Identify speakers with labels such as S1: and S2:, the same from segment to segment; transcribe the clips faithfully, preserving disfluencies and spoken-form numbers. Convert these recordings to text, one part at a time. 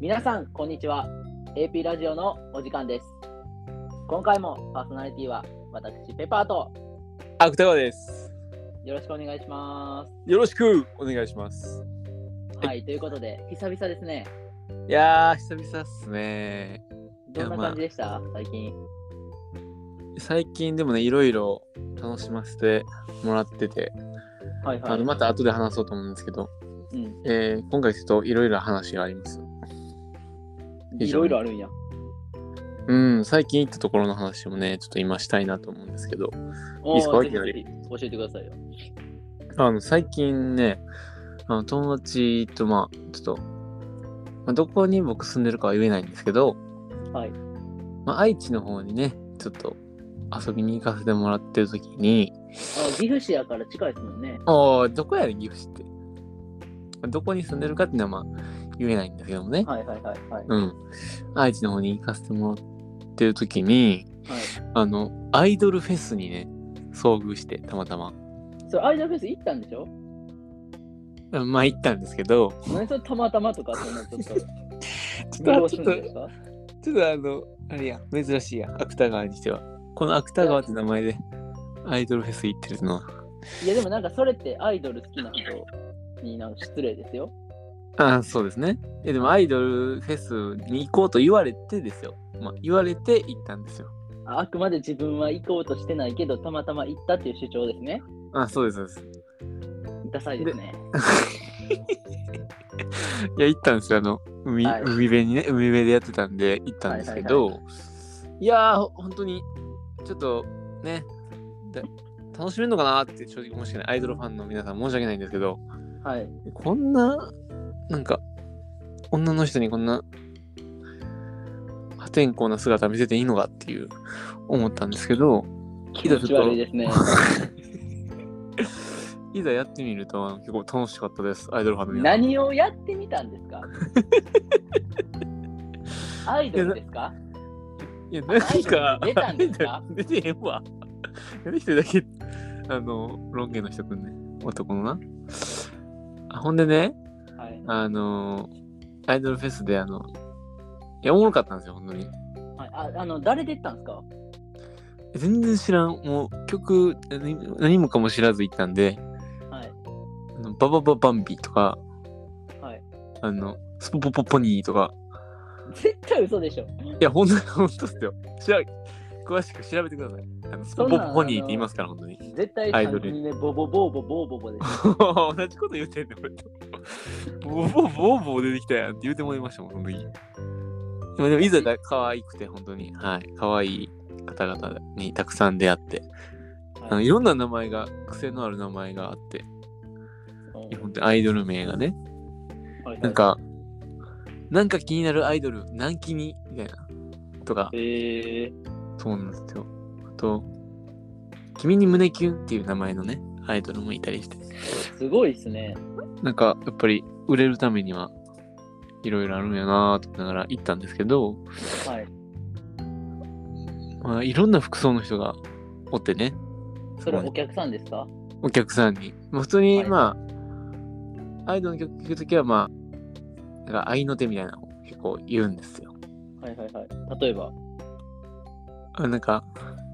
S1: 皆さん、こんにちは。エーピー ラジオのお時間です。今回もパーソナリティは私、ペパーと
S2: 芥川です。
S1: よろしくお願いします。
S2: よろしくお願いします。
S1: はい、ということで、久々ですね。
S2: いやー、久々っすね。
S1: どんな感じでした、まあ、最近。
S2: 最近でもね、いろいろ楽しませてもらってて、
S1: はいはい、
S2: あのまた後で話そうと思うんですけど、
S1: うん
S2: えー、今回ちょっといろいろ話があります。
S1: いろいろあるんや。
S2: うん、最近行ったところの話もね、ちょっと今したいなと思うんですけど、いいですか？
S1: ぜひぜひ教えてくださいよ。
S2: あの最近ね、あの友達とまあちょっと、まあ、どこに僕住んでるかは言えないんですけど、
S1: はい。
S2: まあ、愛知の方にね、ちょっと遊びに行かせてもらってる時に、
S1: あ、岐阜市やから近いですもんね。
S2: ああ、どこやねん、岐阜市って。どこに住んでるかっていうのはまあ言えないんだけどもね。
S1: はいはいはい、はい。
S2: うん。愛知の方に行かせてもらってる時に、
S1: はい、
S2: あの、アイドルフェスにね、遭遇して、たまたま。
S1: それアイドルフェス行ったんでしょ？
S2: まあ行ったんですけど、
S1: 何それたまたまとか、そんなちょっと、
S2: ちょっと、ちょっと、
S1: ですか？
S2: ちょっとあの、あれや、珍しいや、芥川にしては。この芥川って名前でアイドルフェス行ってるのは。
S1: いやでもなんかそれってアイドル好きな人になんか失礼ですよ。
S2: ああ、そうですね。え、でもアイドルフェスに行こうと言われてですよ。まあ、言われて行ったんですよ。
S1: あくまで自分は行こうとしてないけど、たまたま行ったっていう主張ですね。
S2: あ、そうです、そうです。
S1: ダサいですね。
S2: いや、行ったんですよ。あの、海、
S1: はい、
S2: 海辺にね、海辺でやってたんで行ったんですけど、はいはいはい、いやー、本当に、ちょっとね、楽しめるのかなって正直申し訳ない。アイドルファンの皆さん申し訳ないんですけど、
S1: はい、
S2: こんな、なんか、女の人にこんな破天荒な姿見せていいのかっていう思ったんですけど、
S1: 気持ち悪いですね。
S2: いざやってみると結構楽しかったです。アイドルファンの皆さん。
S1: 何をやってみたんですか？アイドルですか？
S2: いや、なんか、
S1: 出たんですか？
S2: 出てへんわ。出てだけ、あの、ロン毛の人くんね。男のな。あ、ほんでね、はい、あの、アイドルフェスで、あの、いや、おもろかったんですよ、ほんとに。
S1: はい、あ、あの、誰で行ったんですか？
S2: 全然知らん。もう、曲何、何もかも知らず行ったんで、はい、あのババババンビとか、はい、あの、スポポポポニーとか。
S1: 絶対嘘でしょ。い
S2: や、ほんと、ほんとっすよ。調べ、詳しく調べてください。あのスポポポポニーって言いますから、ほんとに。
S1: 絶対アイドルにね、ボボボーボボーボボで。
S2: 同じこと言ってんねん、これと。ボボボーボー出てきたやんって言うてもらいましたもん、ほんとに。でも、でもいざが可愛くて、ほんとに。はい。可愛い方々にたくさん出会って。はい、あのいろんな名前が、癖のある名前があって。本当にアイドル名がね。はいはい、なんか、なんか気になるアイドル、何気にみたいな。とか。
S1: へー、
S2: そうなんですよ。あと、君に胸キュンっていう名前のね、アイドルもいたりして。
S1: すごいっすね。
S2: なんか、やっぱり売れるためには、いろいろあるんやなと思いながら行ったんですけど、はい。まあ、いろんな服装の人がおってね。
S1: それはお客さんですか？
S2: お客さんに。まあ、普通に、まあ、はい、アイドルの曲聴くときは、まあ、なんか愛の手みたいなのを結構言うんですよ。
S1: はいはいはい。例えば
S2: あ、なんか、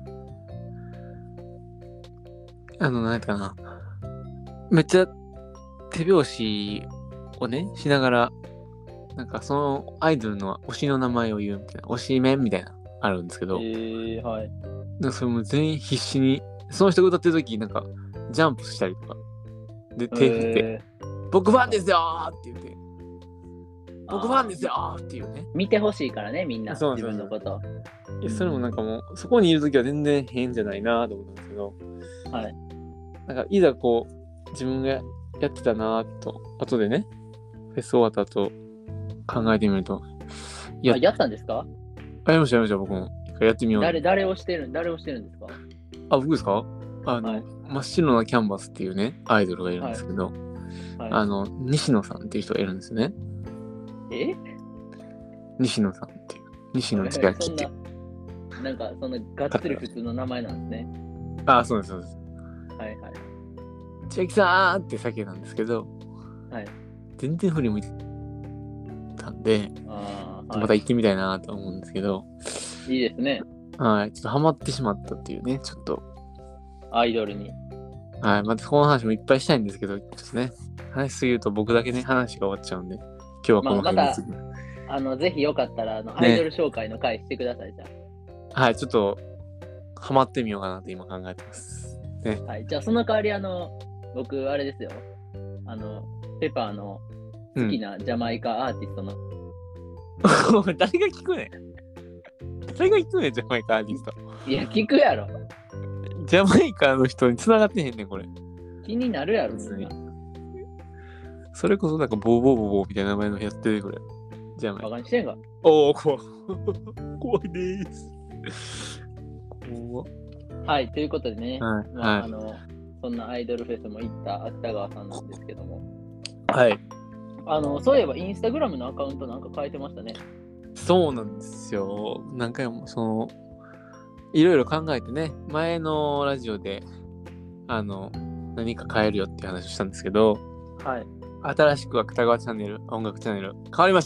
S2: あの、なんかな。めっちゃ手拍子をね、しながら、なんかそのアイドルの推しの名前を言うみたいな、推しメンみたいな、あるんですけど、え
S1: ー、はい。
S2: なんかそれも全員必死に、その人が歌ってる時なんか、ジャンプしたりとか、で、手振って、えー、僕ファンですよーって言って、僕ファンですよーっていうね。
S1: 見てほしいからね、みんな、自分のこと。
S2: いや、それもなんかもう、そこにいる時は全然変じゃないなと思ったんですけど、はい。なんか、いざこう、自分がやってたなと、後でね、フェス終わった後、考えてみると。
S1: や, あやったんですか？
S2: あ、やりました、やりました、僕も。やってみよう。
S1: 誰、誰をしてる、誰をしてるんですか？
S2: あ、僕ですか？あの、はい、真っ白なキャンバスっていうね、アイドルがいるんですけど、はいはい、あの、西野さんっていう人がいるんですよね。
S1: え？
S2: 西野さんっていう。西野千秋っていう。
S1: そんな、なんか、そんな、がっつり普通の名前なんですね。
S2: あ、そうです、そうです。
S1: はいはい。
S2: 千秋さんって叫んだんですけど、はい、全然振り向いてたんで、
S1: あー、
S2: また行ってみたいなと思うんですけど、
S1: いいですね。
S2: はい、ちょっとハマってしまったっていうね、ちょっと、
S1: アイドルに。
S2: はい、またこの話もいっぱいしたいんですけど、ちょっとね、話しすぎると僕だけね、話が終わっちゃうんで、今日はこの辺にする。
S1: あの、ぜひよかったら、あの、アイドル紹介の回してください、じゃ
S2: はい、ちょっと、ハマってみようかなと今考えてます。ね。
S1: あ。はい。じゃあ、その代わり、あの、僕、あれですよ。あの、ペパーの好きなジャマイカアーティストの。
S2: うん、誰が聞くねん誰が聞くねん、ジャマイカアーティスト。
S1: いや、聞くやろ。
S2: ジャマイカの人に繋がってへんねん、これ。
S1: 気になるやろ、
S2: 別に
S1: みんな。
S2: それこそなんかボーボーボーボーみたいな名前のやつ出てくる。ジャマイカ。
S1: バカにしてんか。
S2: おー、怖い。怖いでーす。怖っ。
S1: はい、ということでね、
S2: はい
S1: まあ、
S2: はい
S1: あの、そんなアイドルフェスも行った芥川さんなんですけども、
S2: はい。
S1: あの、そういえばインスタグラムのアカウントなんか変えてましたね。
S2: そうなんですよ。何回も、その、いろいろ考えてね、前のラジオで、あの、何か変えるよっていう話をしたんですけど、
S1: はい。
S2: 新しく芥川チャンネル、音楽チャンネル、変わりました。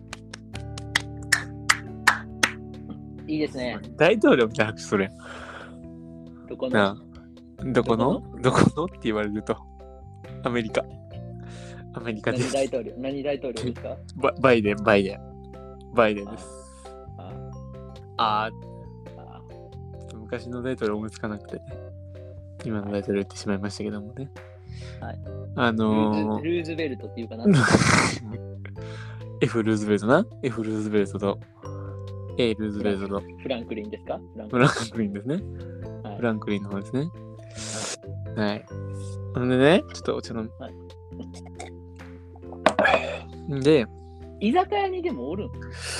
S1: いいですね。
S2: 大統領みたいな拍手するやん。
S1: どこの
S2: なあどこのどこのって言われると、アメリカ。アメリカで
S1: 何
S2: す。
S1: 大統領何大統領ですか？
S2: ババイデン、バイデン。バイデンです。
S1: あ
S2: あ
S1: あ
S2: ー、昔の大統領思いつかなくてね。今の大統領言ってしまいましたけどもね。
S1: はい。
S2: あのー、
S1: ルーズルーズベルトっていうかな。
S2: F ルーズベルトな。F ルーズベルトと A ルーズベルトと
S1: フランクリンですか？フランク
S2: フランクリンですね。
S1: はい
S2: フランクリンの方ですね。はい。ほんでね、ちょっとお茶飲む。
S1: はい
S2: んで、
S1: 居酒屋にでもおるん？
S2: い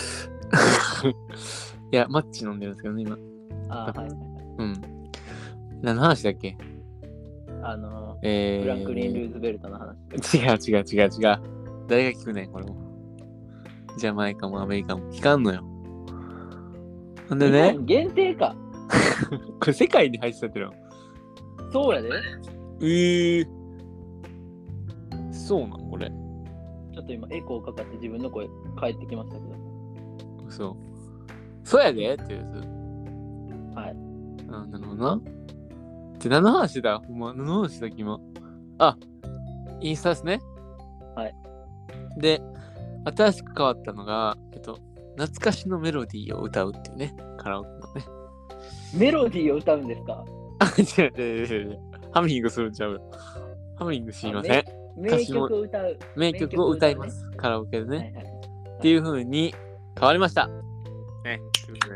S2: や、マッチ飲んでるんですけどね、今。
S1: ああ、はいはいはい。
S2: うん。何の話だっけ？
S1: あの
S2: えー、
S1: フランクリン・ルーズベルトの話。
S2: 違う違う違う違う。誰が聞くねん、これも。ジャマイカもアメリカも聞かんのよ。ほんでね
S1: 日、本限定か。
S2: これ世界に配信されてるの。
S1: そうやで。
S2: えー、そうなんこれ。
S1: ちょっと今エコーかかって自分の声返ってきましたけど。
S2: そう。そうやでっていうやつ。
S1: はい。
S2: あ、なるほどな。で、何の話だほんま、何の話だっけ今。あ、インスタですね。
S1: はい。
S2: で、新しく変わったのが、えっと、懐かしのメロディーを歌うっていうね、カラオケのね。
S1: メロディーを歌うんですか？
S2: あ、違う違う違う違う。ハミングするんちゃうよ。ハミングしません。
S1: 名曲を歌う。
S2: 名曲を歌います。カラオケでね。
S1: はいはい。
S2: っていう風に変わりました。ね。ということで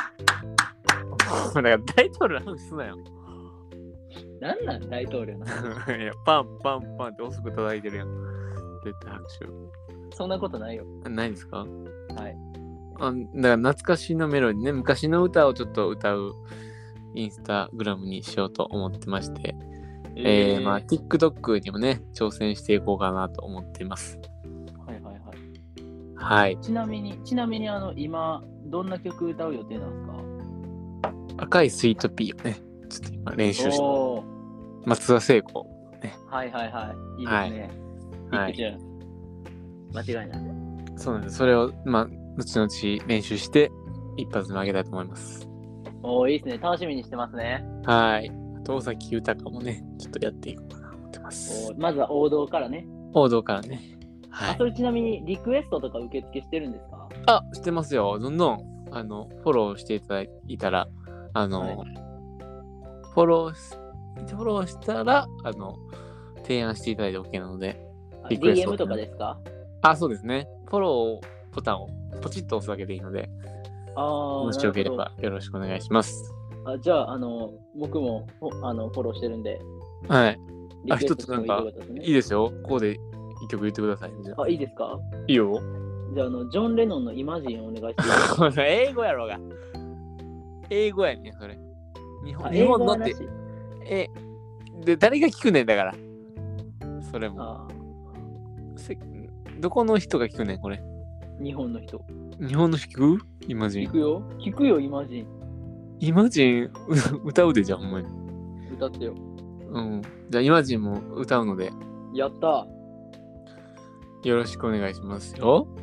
S2: だから大統領の話すなよ。
S1: なんなん大統領の話。
S2: いや、パンパンパンって遅く叩いてるやん。絶対拍
S1: そんなことないよ。
S2: 手。ないですか？
S1: はい。
S2: あ、だから懐かしのメロディーね、昔の歌をちょっと歌うインスタグラムにしようと思ってまして、えー、まあ TikTok にもね、挑戦していこうかなと思っています。
S1: はいはいはい。
S2: はい。
S1: ちなみに、ちなみにあの、今、どんな曲歌う予定なんですか？
S2: 赤いスイートピーをね、ちょっと今練習して、
S1: おー
S2: 松田聖子。ね。
S1: はいはいはい。いいですね。
S2: はい。
S1: ビッグチューン間違いない。
S2: そうなんです。それを、まあ、後々練習して、一発目上げたいと思います。
S1: おーいいですね。楽しみにしてますね。
S2: はい。あと、尾崎豊もね、ちょっとやっていこうかなと思ってます
S1: お。まずは王道からね。
S2: 王道からね。はい
S1: あそ。れちなみにリクエストとか受付してるんですか？
S2: あ、してますよ。どんどん、あの、フォローしていただいたら、あの、
S1: はい
S2: フォローし、フォローしたら、あの、提案していただいて OK なので、
S1: あ
S2: リクエスト
S1: ディーエム とかですか？
S2: あ、そうですね。フォローボタンをポチッと押すだけでいいので、
S1: ああ。
S2: もしよけれ
S1: なる
S2: ばよろしくお願いします。
S1: ほど。あじゃあ、あの、僕もほあのフォローしてるんで、
S2: はい。
S1: リ
S2: あ、
S1: クエストしても
S2: 一つなんか
S1: いいってことですね
S2: いいですよ。ここで一曲言ってください。じゃあ
S1: あ、いいですか？
S2: いいよ。
S1: じゃあ、あの、ジョン・レノンのイマジンお願いしていいですか？
S2: 英語やろうが。英語やねん、それ。日本
S1: あ
S2: 日本のって
S1: 英語はなし。
S2: え、で、誰が聞くねんだから。それも。
S1: あ
S2: せどこの人が聞くねん、これ。
S1: ー日本の人。
S2: 日本の人聞くイマジン。
S1: 聞くよ。聞くよ、イマジン。
S2: イマジンう歌うでじゃん、お前。
S1: 歌ってよ。
S2: うん。じゃあ、イマジンも歌うので、
S1: やった。
S2: よろしくお願いしますよ。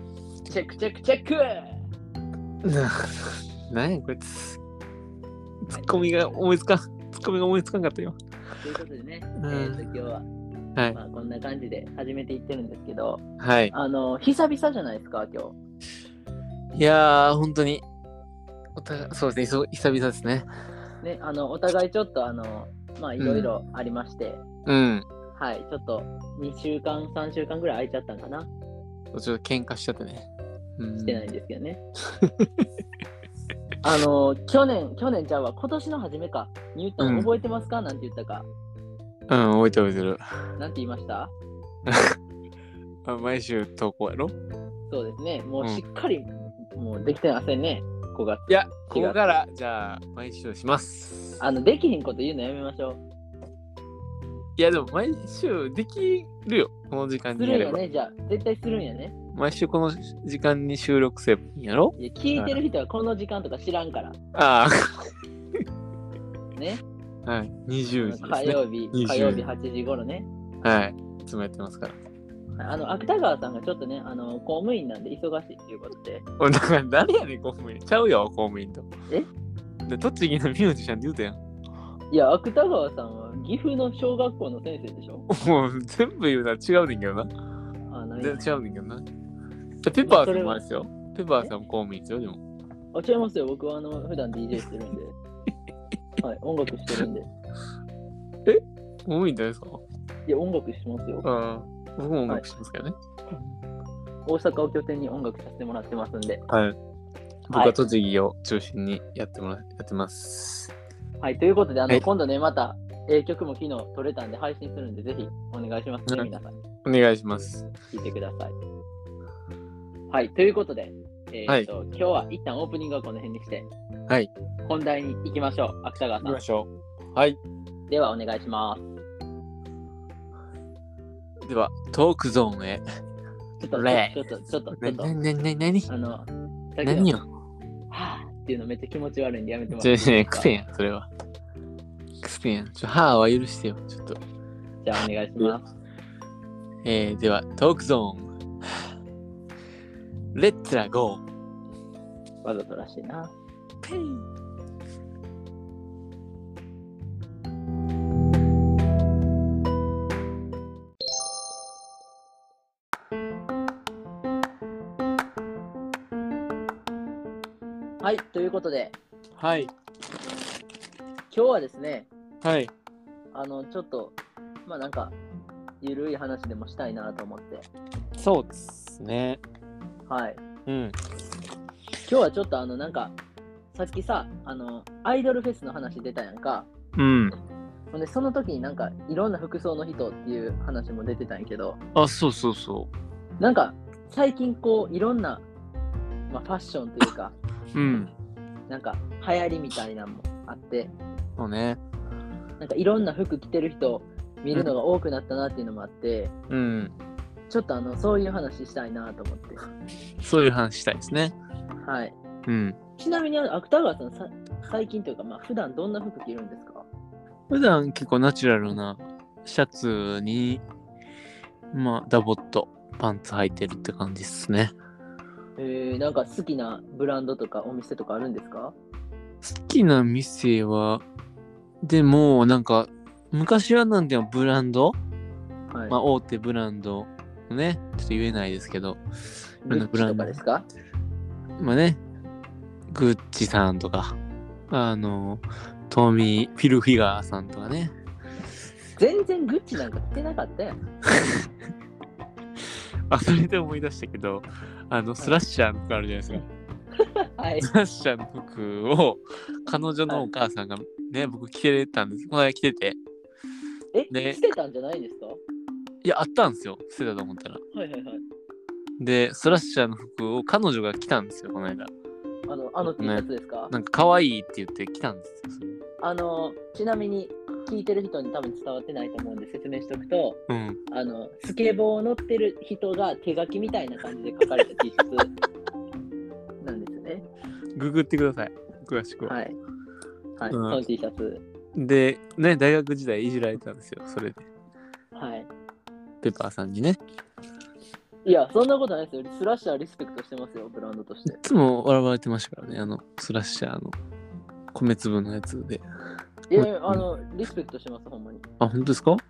S1: チェックチェックチェック。
S2: ななんやこいつ。ツッコミが思いつかん。ツッコミが思いつかんかったよ。
S1: ということでね、
S2: うん、
S1: えー、と今日は、
S2: はい、
S1: まあ、こんな感じで始めていってるんですけど、
S2: はい。
S1: あの、久々じゃないですか、今
S2: 日。いやー、本当に、おたそうですね、久々ですね。
S1: ね、あの、お互いちょっと、あの、まあ、いろいろありまして、
S2: うん。
S1: はい、ちょっとにしゅうかん、さんしゅうかんぐらい空いちゃったんかな。
S2: ちょっと喧嘩しちゃってね。
S1: うん、してないんですけどね。あの、去年、去年ちゃうわ、今年の初めか、ニュートン覚えてますか、うん、なんて言ったか。
S2: うん、覚えてる覚えてる。
S1: なんて言いました
S2: あ、毎週投稿やろ。
S1: そうですね、もうしっかり、うん、もうできてませんね、ごがつ。
S2: いや、ここからじゃあ毎週します。
S1: あの、できひんこと言うのやめましょう。
S2: いや、でも毎週できるよ、この時間にやれば。
S1: するんやね、じゃあ、絶対するんやね。
S2: 毎週この時間に収録すればいいんやろ。
S1: いや、聞いてる人はこの時間とか知らんから。
S2: ああ。
S1: ね。
S2: はい、にじゅうじですね。
S1: 火曜日、火曜日はちじ頃ね。
S2: はい、いつもやってますから。
S1: あの、芥川さんがちょっとね、あの、公務員なんで忙しいっていうことで。
S2: おだから誰やねん、公務員。ちゃうよ、公務員と。
S1: え
S2: で栃木のミュージシャンって言うたやん。
S1: いや、芥川さんは岐阜の小学校の先生でしょ。
S2: もう全部言うなら違うねんけどな。
S1: あ、何
S2: 全然違うねんけどな。ペッパーさんもあれですよ。ペッパーさんも公務員ですよ、でも。
S1: あ、違いますよ。僕はあの普段 ディージェー してるんで。はい、音楽してるんで。
S2: え公務員ってですか？
S1: いや、音楽してますよ。
S2: ああ、僕も音楽してますけどね、はい。
S1: 大阪を拠点に音楽させてもらってますんで。
S2: はい。僕は栃木を中心にやってもら、やってます。
S1: はい、ということで、あの、
S2: はい、
S1: 今度ね、また、ええ曲も昨日撮れたんで配信するんで、ぜひお願いしますね、皆さん。
S2: お願いします。
S1: 聞いてください。はい、ということで、えーとはい、今日は一旦オープニングはこの辺にして、
S2: はい、
S1: 本題に行きましょう、芥川さん。
S2: 行きましょう。はい。
S1: では、お願いします。
S2: では、トークゾーンへ。
S1: ちょっと、ちょっと、ちょっと、ちょっと。
S2: な、な、な、なに
S1: あの、
S2: 何よ。
S1: はぁっていうのめっちゃ気持ち悪いんでやめても
S2: らっていいですか。癖やん、それは。癖やん。ちょ、はぁは許してよ、ちょっと。
S1: じゃあ、お願いします。
S2: えー、では、トークゾーン。レッツラゴ
S1: ー。わざとらしいな。ペイ。はい、ということで、
S2: はい。
S1: 今日はですね、
S2: はい。
S1: あの、ちょっと、まあなんか、ゆるい話でもしたいなと思って。
S2: そうですね。
S1: はい。
S2: うん。
S1: 今日はちょっとあの、なんか、さっきさ、あの、アイドルフェスの話出たやんか。
S2: うん。
S1: ほんで、その時になんか、いろんな服装の人っていう話も出てたんやけど。
S2: あ、そうそうそう。
S1: なんか、最近こう、いろんな、まあ、ファッションというか、
S2: うん。
S1: なんか、流行りみたいなのもあって。
S2: そうね。
S1: なんか、いろんな服着てる人、見るのが多くなったなっていうのもあって、
S2: うん。
S1: ちょっとあの、そういう話したいなと思って。
S2: そういう話したいですね。
S1: はい。
S2: うん。
S1: ちなみに、芥川さんさ、最近というか、まあ、普段どんな服着るんですか？
S2: 普段結構ナチュラルなシャツに、まあ、ダボっとパンツ履いてるって感じですね。
S1: えー、なんか好きなブランドとかお店とかあるんですか？
S2: 好きな店は、でも、なんか、昔はなんていうの、ブランド、はい、まあ、大手ブランドね、ちょっと言えないですけど、
S1: グッチとかですか？
S2: まあね、グッチさんとか、あの、トミー・フィルフィガーさんとかね。
S1: 全然グッチなんか着てなかったやん。
S2: あ、それで思い出したけど、あの、スラッシャーの服あるじゃないですか。はい。スラッシャーの服を、彼女のお母さんがね、はい、僕着てたんです。この間着てて。
S1: え、ね、捨てたんじゃないですか？
S2: いや、あったんですよ。捨てたと思ったら。
S1: はいはいはい。
S2: で、スラッシャーの服を彼女が着たんですよ、この間。
S1: あの、あの T シャツですか？ね、
S2: なんか可愛いって言って着たんですよ、それ。
S1: あの、ちなみに、聞いてる人に多分伝わってないと思うんで説明しておくと、うん、あのスケボー乗ってる人が手書きみたいな感じで書かれた T シャツなんですね。
S2: ググってください、詳しくは。
S1: はい。はい、うん、その T シャツ。
S2: で、ね、大学時代いじられたんですよ、それで。
S1: はい。
S2: ペッパーさんにね。
S1: いや、そんなことないですよ。スラッシャーリスペクトしてますよ、ブランドとして。
S2: いつも笑われてましたからね、あの、スラッシャーの米粒のやつで。
S1: いやいや、あの、リスペクトしてます、ほんまに。
S2: あ、本当ですか？
S1: はい。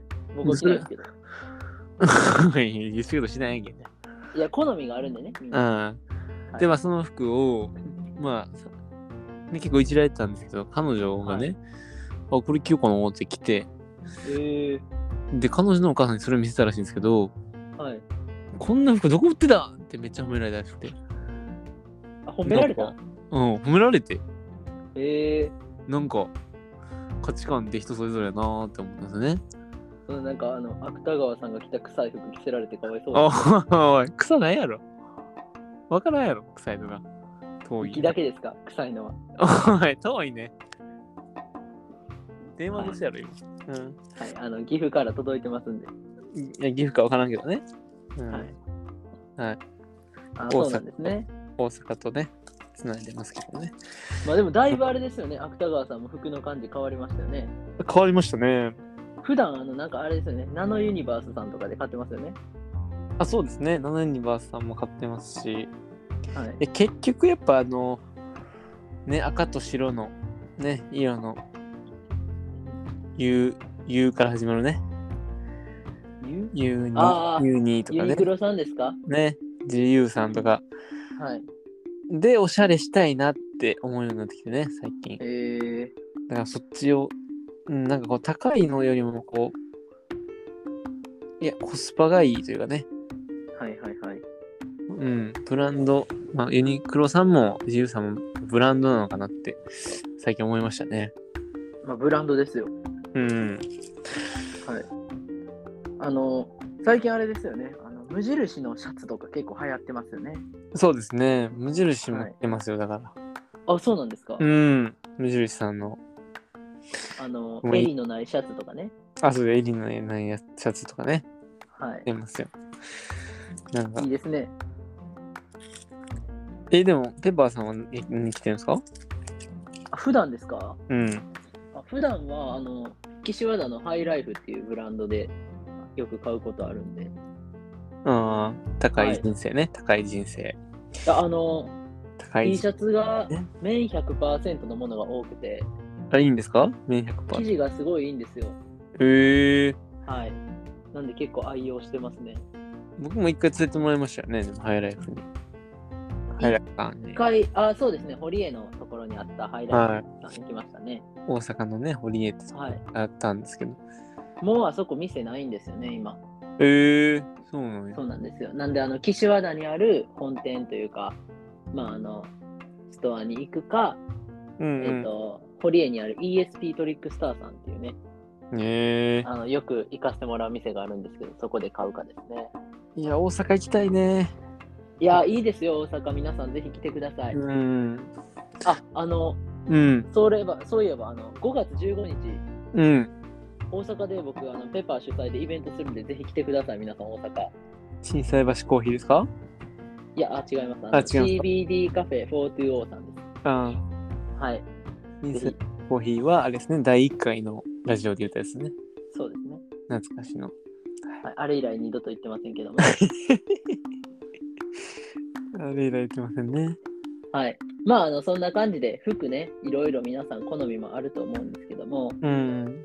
S1: 僕はしないですけど。
S2: リスペクトしないやんけね。
S1: いや、好みがあるんでね。みんな
S2: うん。で、まあ、その服を、まあ、ね、結構いじられてたんですけど、彼女がね、はい、あ、これ着ようかなって着て、
S1: えー、
S2: で、彼女のお母さんにそれ見せたらしいんですけど、
S1: はい、
S2: こんな服どこ売ってたってめっちゃ褒められたらしくて。
S1: あ、褒められた？
S2: うん、褒められて。
S1: え
S2: ー、なんか、価値観って人それぞれやなーって思ったんですね。
S1: そのなんかあの、芥川さんが着た臭い服着せられてかわいそう
S2: です。あ、おい、臭ないやろ。わからんやろ、臭いのが。遠い。
S1: 息だけですか、臭いのは。
S2: おい、遠いね。電話越しやろ、今。うん。
S1: はい、あの、岐阜から届いてますんで。
S2: いや、岐阜かわからんけどね。うん、はい。はい。
S1: あ、そうなんですね。
S2: 大阪とね、つないでますけどね。
S1: まあでもだいぶあれですよね、芥川さんも服の感じ変わりましたよね。
S2: 変わりましたね。
S1: 普段あの、なんかあれですよね、ナノユニバースさんとかで買ってますよね。
S2: あ、そうですね。ナノユニバースさんも買ってますし、
S1: はい、
S2: で結局やっぱあの、ね、赤と白のね、色の U、U から始まるね。
S1: U?
S2: U に、ユーに とかね。
S1: ユニクロさんですか？
S2: ね、ジーユー さんとか。
S1: はい。
S2: で、おしゃれしたいなって思うようになってきてね、最近。
S1: へえー。
S2: だからそっちを、なんかこう、高いのよりもこう、いや、コスパがいいというかね。
S1: はいはいはい。
S2: うん、ブランド、まあ、ユニクロさんも ジーユー さんもブランドなのかなって最近思いましたね。
S1: まあ、ブランドですよ。
S2: うん。
S1: はい。あの、最近あれですよね。あの無印のシャツとか結構流行ってますよね。
S2: そうですね。無印も着てますよ、はい、だから。
S1: あ、そうなんですか。
S2: うん。無印さんの。
S1: あの、襟のないシャツとかね。
S2: あ、そうで、襟のないシャツとかね。
S1: はい。
S2: 着てますよ。なんか。
S1: いいですね。
S2: え、でも、ペッパーさんは何着てるんですか？
S1: あ、普段ですか？
S2: うん。
S1: あ、普段は、あの、岸和田のハイライフっていうブランドでよく買うことあるんで。
S2: ああ、高い人生ね、はい、高い人生。
S1: あの、T シャツが綿 ひゃくパーセント のものが多くて。
S2: あ、いいんですか？綿 ひゃくパーセント。
S1: 生地がすごいいいんですよ。
S2: へえ。
S1: はい。なんで結構愛用してますね。
S2: 僕も一回連れてもらいましたよね、でもハイライフに。ハイライフさんに。
S1: 一回、あ、そうですね、堀江のところにあったハイライフさん行きましたね。
S2: はい、大阪のね、堀江ってとこあったんですけど、はい。
S1: もうあそこ店ないんですよね、今。
S2: へえー、そうなんや。
S1: そうなんですよ。なんで、あの、岸和田にある本店というか、まあ、あの、ストアに行くか、うんうん、えっと、堀江にある イーエスピー トリックスターさんっていうね、
S2: へ
S1: あのよく行かせてもらう店があるんですけど、そこで買うかですね。
S2: いや、大阪行きたいね。
S1: いや、いいですよ、大阪。皆さんぜひ来てください。
S2: うん。
S1: あ、あの、
S2: うん。
S1: そういえば、そういえば、あの、ごがつじゅうごにち、
S2: うん。
S1: 大阪で僕、あの、ペッパー主催でイベントするんで、ぜひ来てください、皆さん、大阪。
S2: 心斎橋コーヒーですか？
S1: いや、あ、違います。あのあ違います。シービーディー カフェよんじゅうさんです。
S2: あ
S1: あ。はい。
S2: 心斎コーヒーは、あれですね、だいいっかいのラジオで言ったやつね。
S1: そうですね。
S2: 懐かしの。
S1: はい、あれ以来二度と言ってませんけども。
S2: あれ以来言ってませんね。
S1: はい。まあ、あの、そんな感じで、服ね、いろいろ皆さん好みもあると思うんですけども、
S2: うん。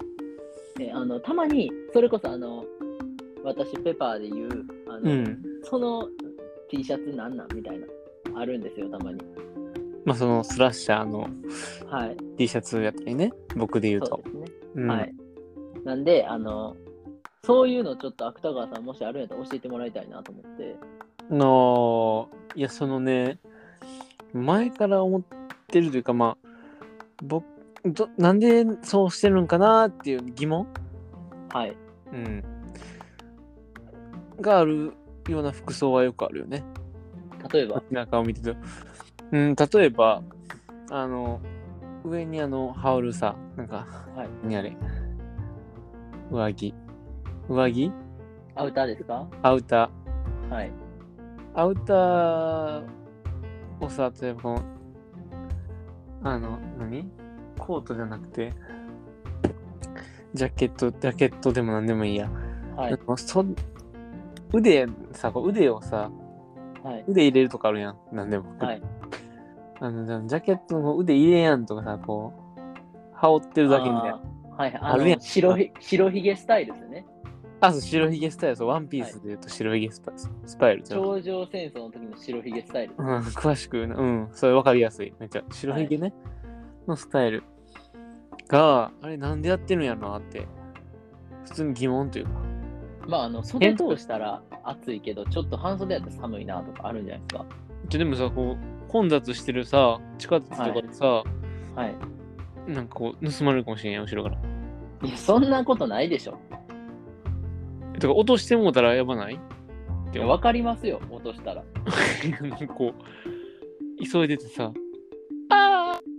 S1: えあのたまに、それこそ、あの、私、ペパーで言う、あの、うん、その T シャツなんなんみたいな、あるんですよ、たまに。
S2: まあ、そのスラッシャーの T シャツやったりね、
S1: はい、
S2: 僕で言うと。
S1: そうですね。うん、はい。なんで、あの、そういうのちょっと芥川さんもしあるんやったら教えてもらいたいなと思って。
S2: のいや、そのね、前から思ってるというか、まあ、僕、どなんでそうしてるんかなっていう疑問、
S1: はい。
S2: うん。があるような服装はよくあるよね。
S1: 例えば
S2: 中を見てると。うん、例えば、あの、上にあの、羽織るさ、なんか、はい、何あれ、上着。上着
S1: アウターですか？
S2: アウタ
S1: ー。はい。
S2: アウターをさ、例えばこの、あの、何？コートじゃなくて、ジャケット、ジャケットでも何でもいいや。はい。そ腕さ、こう腕をさ、
S1: はい、
S2: 腕入れるとかあるやん、なんでも。
S1: はい。
S2: あのジャケットの腕入れやんとかさ、こう、羽織ってるだけみたいな。
S1: はい、あ
S2: あるやん
S1: の白ひ白ひげスタイルですよね。
S2: あ、そう、白ひげスタイル、そう、ワンピースで言うと白ひげスパ、はい、スパイルじゃん。
S1: 頂上戦争の時の白ひげスタイル。
S2: うん、詳しく、うん、それ分かりやすい。めっちゃ、白ひげね、はい、のスタイルが、あれなんでやってるんやろなって、普通に疑問というか。
S1: まあ、あの、袖通したら暑いけど、ちょっと半袖やったら寒いなとかあるんじゃないですか。
S2: でもさ、こう、混雑してるさ、地下鉄とかでさ、はい、はい、なんかこう、盗まれるかもしれんやん、後ろから。
S1: いや、そんなことないでしょ。
S2: とか落としてもうたらやばない？
S1: いや、わかりますよ、落としたら。
S2: なんかこう、急いでてさ、あーって、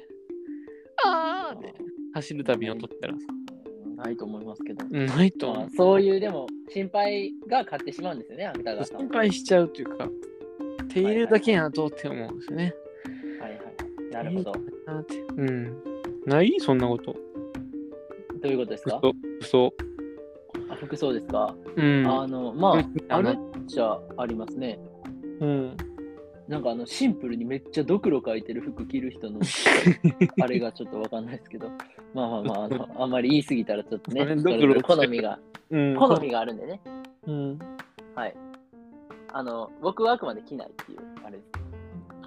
S2: あーって走るたびに落とったらさ。
S1: ないと思いますけど。
S2: ないと思う。
S1: まあ、そういう、でも、心配が勝ってしまうんですよね、あんた方。
S2: 心配しちゃうというか、手入れるだけやとって思うんですよね。
S1: はいはい。なるほど。
S2: うん。ないそんなこと。ど
S1: ういうことですか？
S2: 服装。
S1: あ、服装ですか？
S2: うん。
S1: あの、まあ、あるっちゃありますね。
S2: うん。
S1: なんかあの、シンプルにめっちゃドクロ描いてる服着る人の、あれがちょっとわかんないですけど、まあまあまあ、あの、あんまり言い過ぎたらちょっとね、それぞれ好みが、うん、好みがあるんでね。
S2: うん。
S1: はい。あの、僕はあくまで着ないっていう、あれです。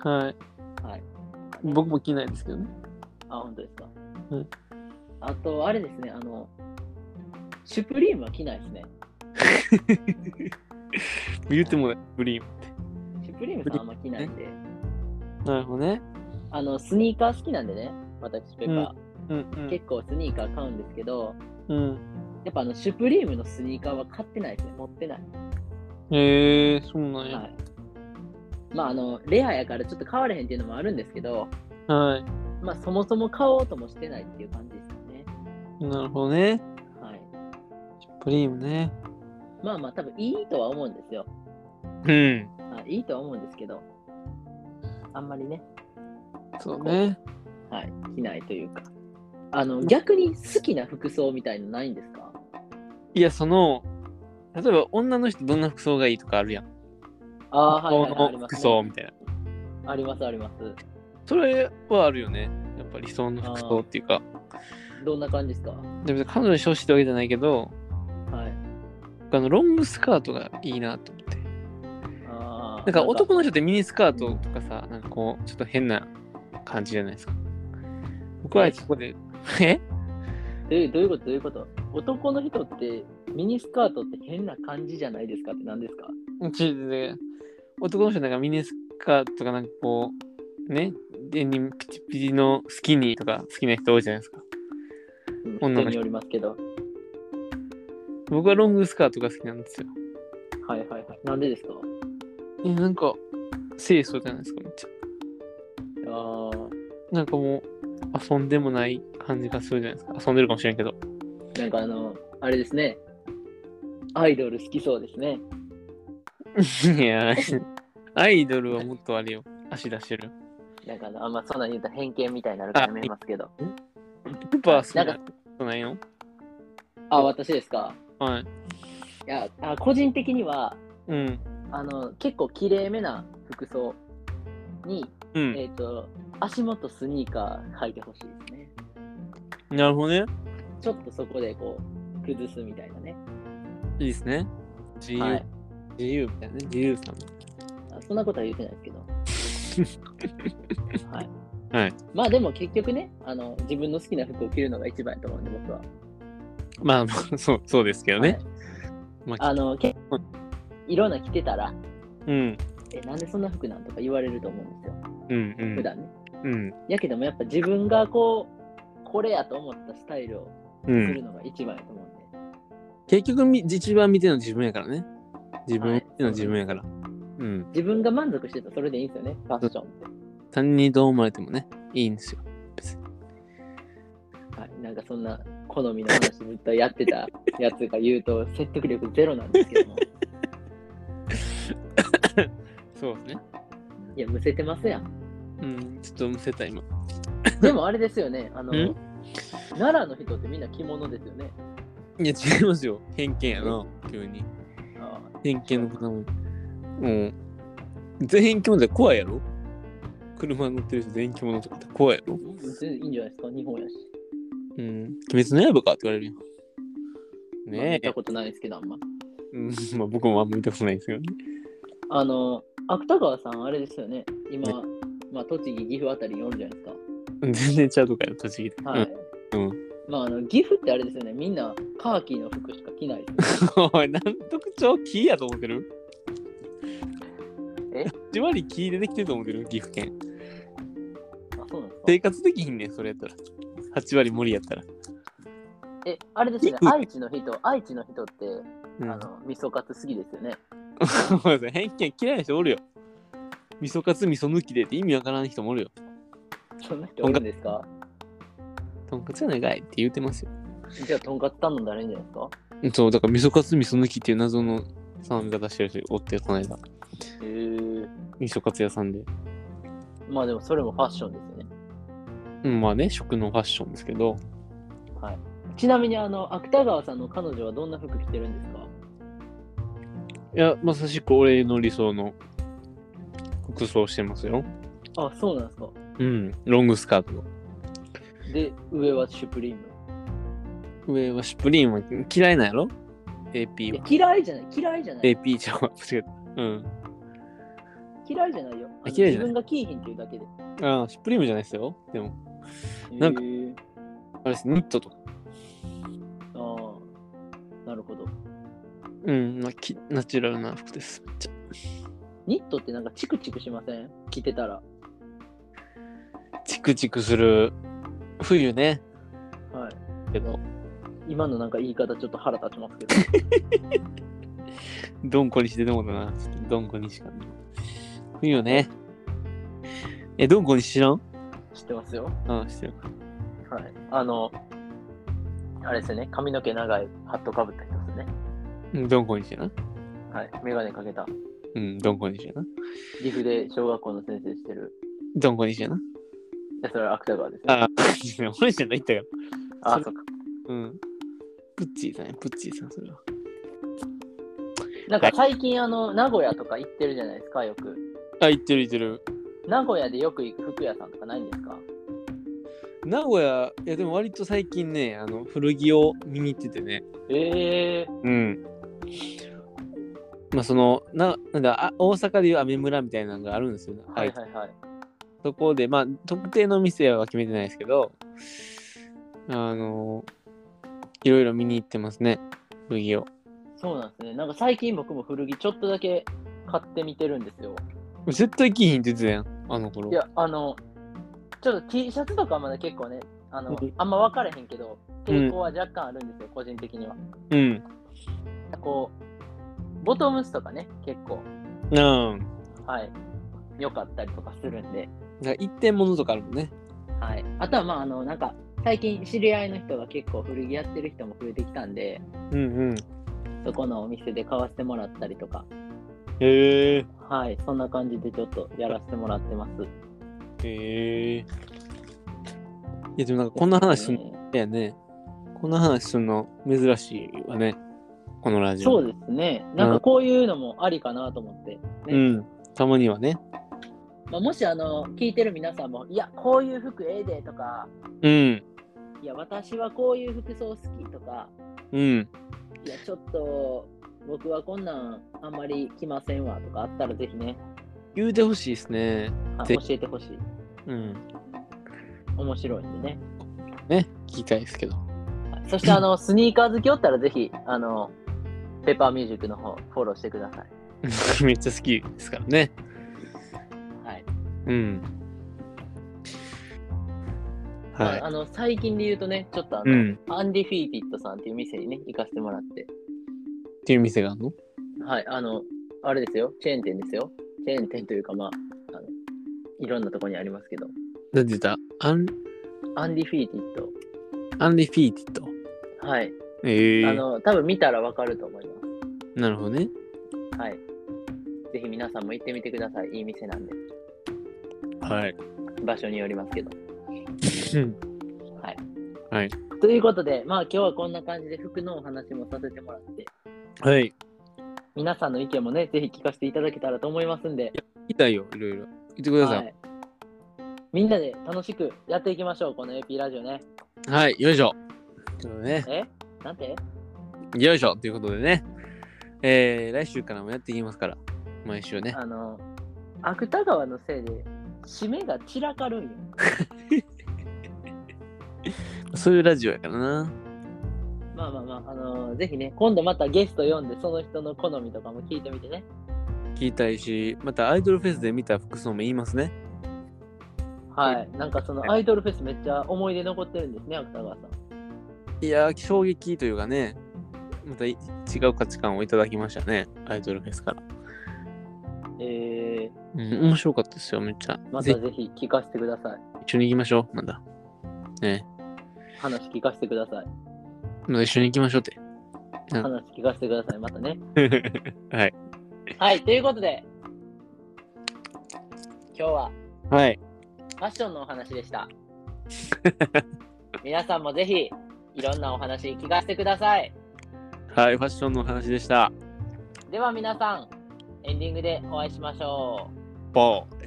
S2: はい。
S1: はい。
S2: 僕も着ないですけどね。
S1: あ、本当ですか。
S2: うん。
S1: あと、あれですね、あの、シュプリームは着ないですね。
S2: 言ってもない、シュプリームって。
S1: シュプリームさんあんま着ないんで。
S2: なるほどね。
S1: あの、スニーカー好きなんでね、私、ペッパ
S2: ー、うんうんうん。
S1: 結構スニーカー買うんですけど、
S2: うん、
S1: やっぱあの、シュプリームのスニーカーは買ってないですね、持ってない。
S2: へえー、そうなんや。
S1: はい。まあ、あの、レアやからちょっと買われへんっていうのもあるんですけど、
S2: はい。
S1: まあ、そもそも買おうともしてないっていう感じですよね。
S2: なるほどね。
S1: はい。
S2: シュプリームね。
S1: まあまあ、多分いいとは思うんですよ。
S2: うん。
S1: あ、いいとは思うんですけど、あんまりね。
S2: そうね。
S1: はい、着ないというか。あの、逆に好きな服装みたいのないんですか？
S2: いや、その、例えば女の人どんな服装がいいとかあるやん。
S1: ああ、はいはい、はい、
S2: 服装みたい
S1: な。ありますあります。
S2: それはあるよね。やっぱり理想の服装っていうか。
S1: どんな感じですか？
S2: でも彼女にしてほしいってわけじゃないけど、
S1: はい。
S2: あのロングスカートがいいなと思って。
S1: ああ。
S2: なんか男の人ってミニスカートとかさ、なんかこう、ちょっと変な感じじゃないですか。僕はそこで、え
S1: どういうことどういうこと？男の人ってミニスカートって変な感じじゃないですかって何ですか？
S2: ちで男の人なんかミニスカートとかなんかこう、ね、デニムピチピチのスキニーとか好きな人多いじゃないですか。
S1: うん、人によりますけど。
S2: 僕はロングスカートが好きなんですよ。
S1: はいはいはい。なんでですか？
S2: え、なんか、清楚じゃないですか、めっちゃ。
S1: ああ。
S2: なんかもう、遊んでもない感じがするじゃないですか。遊んでるかもしれんけど。
S1: なんかあの、あれですね。アイドル好きそうですね。
S2: いや、アイドルはもっとあれよ。足出してる。
S1: なんかあの、あんまそんなに言うと偏見みたいになるからやめますけど。
S2: ペッパー好きなことないの？
S1: あ、私ですか？
S2: はい。
S1: いや、あ、個人的には、
S2: うん。
S1: あの、結構綺麗めな服装に、
S2: うん、
S1: えっと、足元スニーカー履いてほしいですね。
S2: なるほどね。
S1: ちょっとそこでこう、崩すみたいなね。
S2: いいですね。自由。はい、自由みたいなね。自由さん。
S1: あ、そんなことは言ってないですけど。はい。
S2: はい。
S1: まあでも結局ね、あの、自分の好きな服を着るのが一番やと思うんで、僕は。
S2: まあ、そう、そうですけどね。はい、
S1: まあ、あの、結構、いろんな着てたら、
S2: うん。
S1: え、なんでそんな服なんとか言われると思うんですよ。
S2: うんうん。
S1: 普段ね。
S2: うん。
S1: やけどもやっぱ自分がこう、これやと思ったスタイルをするのが一番やと思うんで。
S2: うん、結局、一番見てるの自分やからね。自分見てるの自分やから、はい。うん。
S1: 自分が満足してたらそれでいいんですよね、ファッションって。
S2: 他人にどう思われてもね、いいんですよ。別に。
S1: はい、なんかそんな好みの話ずっとやってたやつが言うと説得力ゼロなんですけども。
S2: そうですね。
S1: いや、むせてますやん。
S2: うん、ちょっとむせた今。
S1: でもあれですよね、あの、奈良の人ってみんな着物ですよね。
S2: いや、違いますよ。偏見やな、急に。
S1: あ
S2: 偏見の方も。もう、全員着物で怖いやろ？車乗ってる人全員着物とかって怖いやろ？
S1: 全然いいんじゃないですか、日本やし。
S2: うん。鬼滅の刃かって言われるよ。ねえ。
S1: まあ、見たことないですけど、あんま。
S2: うん、まあ僕もあんま見たことないですけどね。
S1: あの、芥川さん、あれですよね。今、ね、まあ、栃木、岐阜あたりにおるじゃないですか。
S2: 全然ちゃうとかよ、栃木で。
S1: はい。うん。うん、まあ、あの、岐阜ってあれですよね。みんな、カーキの服しか着ないですよ、ね。
S2: おい、なん特徴木やと思ってる？
S1: え？
S2: はち割木でできてると思ってる？岐阜県。
S1: あ、そうなんですか？
S2: 生活できひんねん、それやったら。はち割森やったら。
S1: え、あれですね。愛知の人、愛知の人って、うん、あの、味噌カツ好きですよね。
S2: 偏見嫌いな人おるよ。味噌カツ味噌抜きでって意味わからん人もおるよ。
S1: そんな人おるんですか？
S2: とんかつやないかいって言うてますよ。
S1: じゃあとんかつ頼んだらいいんじゃないですか？
S2: そう、だから味噌カツ味噌抜きっていう謎の頼み方してる人おって、この間。
S1: へー。
S2: 味噌カツ屋さんで。
S1: まあでもそれもファッションですよね。
S2: うん、まあね、食のファッションですけど。
S1: はい。ちなみにあの、芥川さんの彼女はどんな服着てるんですか？
S2: いや、まさしく俺の理想の服装してますよ。
S1: あ、そうなんですか。
S2: うん、ロングスカート。
S1: で、上はシュプリー
S2: ム。上はシュプリームは嫌いなんやろ？ エーピー は。
S1: 嫌いじゃない、嫌いじゃない。
S2: エーピー ちゃうわ、間違えた。うん。
S1: 嫌いじゃないよ。
S2: あ、嫌いじゃない。
S1: 自分が着いひんっていうだけで。
S2: ああ、シュプリームじゃないですよ。でも。なんか、あれです、ニットとか。
S1: ああ、なるほど。
S2: うん、まあ、きナチュラルな服です。めっちゃ。
S1: ニットってなんかチクチクしません？着てたら。
S2: チクチクする冬ね。
S1: はい。
S2: けど。
S1: 今のなんか言い方ちょっと腹立ちますけど。
S2: どんこにしてでもだな。どんこにしか。冬ね。え、どんこに知らん？
S1: 知ってますよ。
S2: ああ、知ってる。
S1: はい。あの、あれですよね。髪の毛長いハットかぶった人ですね。
S2: うん、どんこにしてな。
S1: はい。メガネかけた。
S2: うん、どんこにしてな。
S1: 岐阜で小学校の先生してる。
S2: どんこにしてな。
S1: いや、それは芥川ですね。
S2: ああ、俺じゃないったよ。
S1: ああ、そっか。
S2: うん。プッチーさんね、プッチーさん、それは。
S1: なんか最近、はい、あの、名古屋とか行ってるじゃないですか、よく。
S2: あ、行ってる行ってる。
S1: 名古屋でよく行く服屋さんとかないんですか？
S2: 名古屋、いやでも割と最近ね、あの古着を見に行っててね。
S1: ええー。
S2: うん。まあその、な、なんだ、あ、大阪でいうアメ村みたいなのがあるんですよ。
S1: はいはいはい。
S2: そこで、まあ特定の店は決めてないですけど、あの、いろいろ見に行ってますね、古着を。
S1: そうなんですね。なんか最近僕も古着ちょっとだけ買ってみてるんですよ。
S2: 絶対着ひんって言ってたやん、あの頃。
S1: いや、あの、ちょっと T シャツとかまだ結構ね、あの、あんま分からへんけど、傾向は若干あるんですよ、うん、個人的には。
S2: うん。
S1: こう、ボトムスとかね、結構。
S2: うん。
S1: はい。良かったりとかするんで。
S2: だから一点物とかあるもんね。
S1: はい。あとは、まあ、あの、なんか、最近知り合いの人が結構古着やってる人も増えてきたんで、
S2: うんうん。そ
S1: このお店で買わせてもらったりとか。
S2: へえ。
S1: はい。そんな感じでちょっとやらせてもらってます。
S2: へえ。いや、でもなんかこんな話すんの、やね。こんな話すんの珍しいわね。このラジオ。
S1: そうですね。なんかこういうのもありかなと思って、ね。
S2: うん。たまにはね。
S1: まあ、もしあの聞いてる皆さんも、いや、こういう服ええでとか、
S2: うん。
S1: いや、私はこういう服装好きとか、
S2: うん。
S1: いや、ちょっと僕はこんなんあんまり着ませんわとかあったらぜひね。
S2: 言うてほしいですね。
S1: 教えてほしい。
S2: うん。
S1: 面白いんでね。
S2: ね、聞きたいですけど。
S1: そしてあの、スニーカー好きおったらぜひ、あの、ペッパーミュージックの方フォローしてくださ
S2: い。めっちゃ好きですからね。
S1: はい。
S2: うん。
S1: はい。まあ、あの、最近で言うとね、ちょっとあの、うん、アンディフィーティッドさんっていう店にね、行かせてもらって。
S2: っていう店があるの？
S1: はい。あの、あれですよ。チェーン店ですよ。チェーン店というか、まあ、あのいろんなところにありますけど。
S2: 何て言った？アン、
S1: アンディフィーティッド。
S2: アンディフィーティッド。
S1: はい。
S2: ええー。
S1: あの、多分見たらわかると思います。
S2: なるほどね。
S1: はい。ぜひ皆さんも行ってみてください。いい店なんで。
S2: はい。
S1: 場所によりますけど。はい。
S2: はい。
S1: ということで、まあ今日はこんな感じで服のお話もさせてもらって。
S2: はい。
S1: 皆さんの意見もね、ぜひ聞かせていただけたらと思いますんで。
S2: 聞きたいよ、いろいろ。言ってください。はい、
S1: みんなで楽しくやっていきましょう、この エーピー ラジオね。
S2: はい、よいしょ。ということでね。
S1: えなんて
S2: よいしょということでね。えー、来週からもやっていきますから、毎週ね。
S1: あの、芥川のせいで、締めが散らかるんよ。
S2: そういうラジオやからな。
S1: まあまあまあ、あのー、ぜひね、今度またゲスト読んで、その人の好みとかも聞いてみてね。
S2: 聞いたいし、またアイドルフェスで見た服装も言いますね。
S1: はい。なんかそのアイドルフェスめっちゃ思い出残ってるんですね、芥川さん。
S2: いやー、衝撃というかね、また違う価値観をいただきましたね、アイドルフェスから。
S1: え
S2: ー、うん、面白かったですよ、めっちゃ。
S1: またぜひ聞かせてください。
S2: 一緒に行きましょう、まだ。ね。
S1: 話聞かせてください。
S2: まだ一緒に行きましょうって。
S1: 話聞かせてください、またね。
S2: はい。
S1: はい、ということで、今日は、
S2: はい。
S1: ファッションのお話でした。皆さんもぜひ、いろんなお話聞かせてください。
S2: はい、ファッションのお話でした。
S1: では皆さん、エンディングでお会いしましょう。
S2: ボーイ。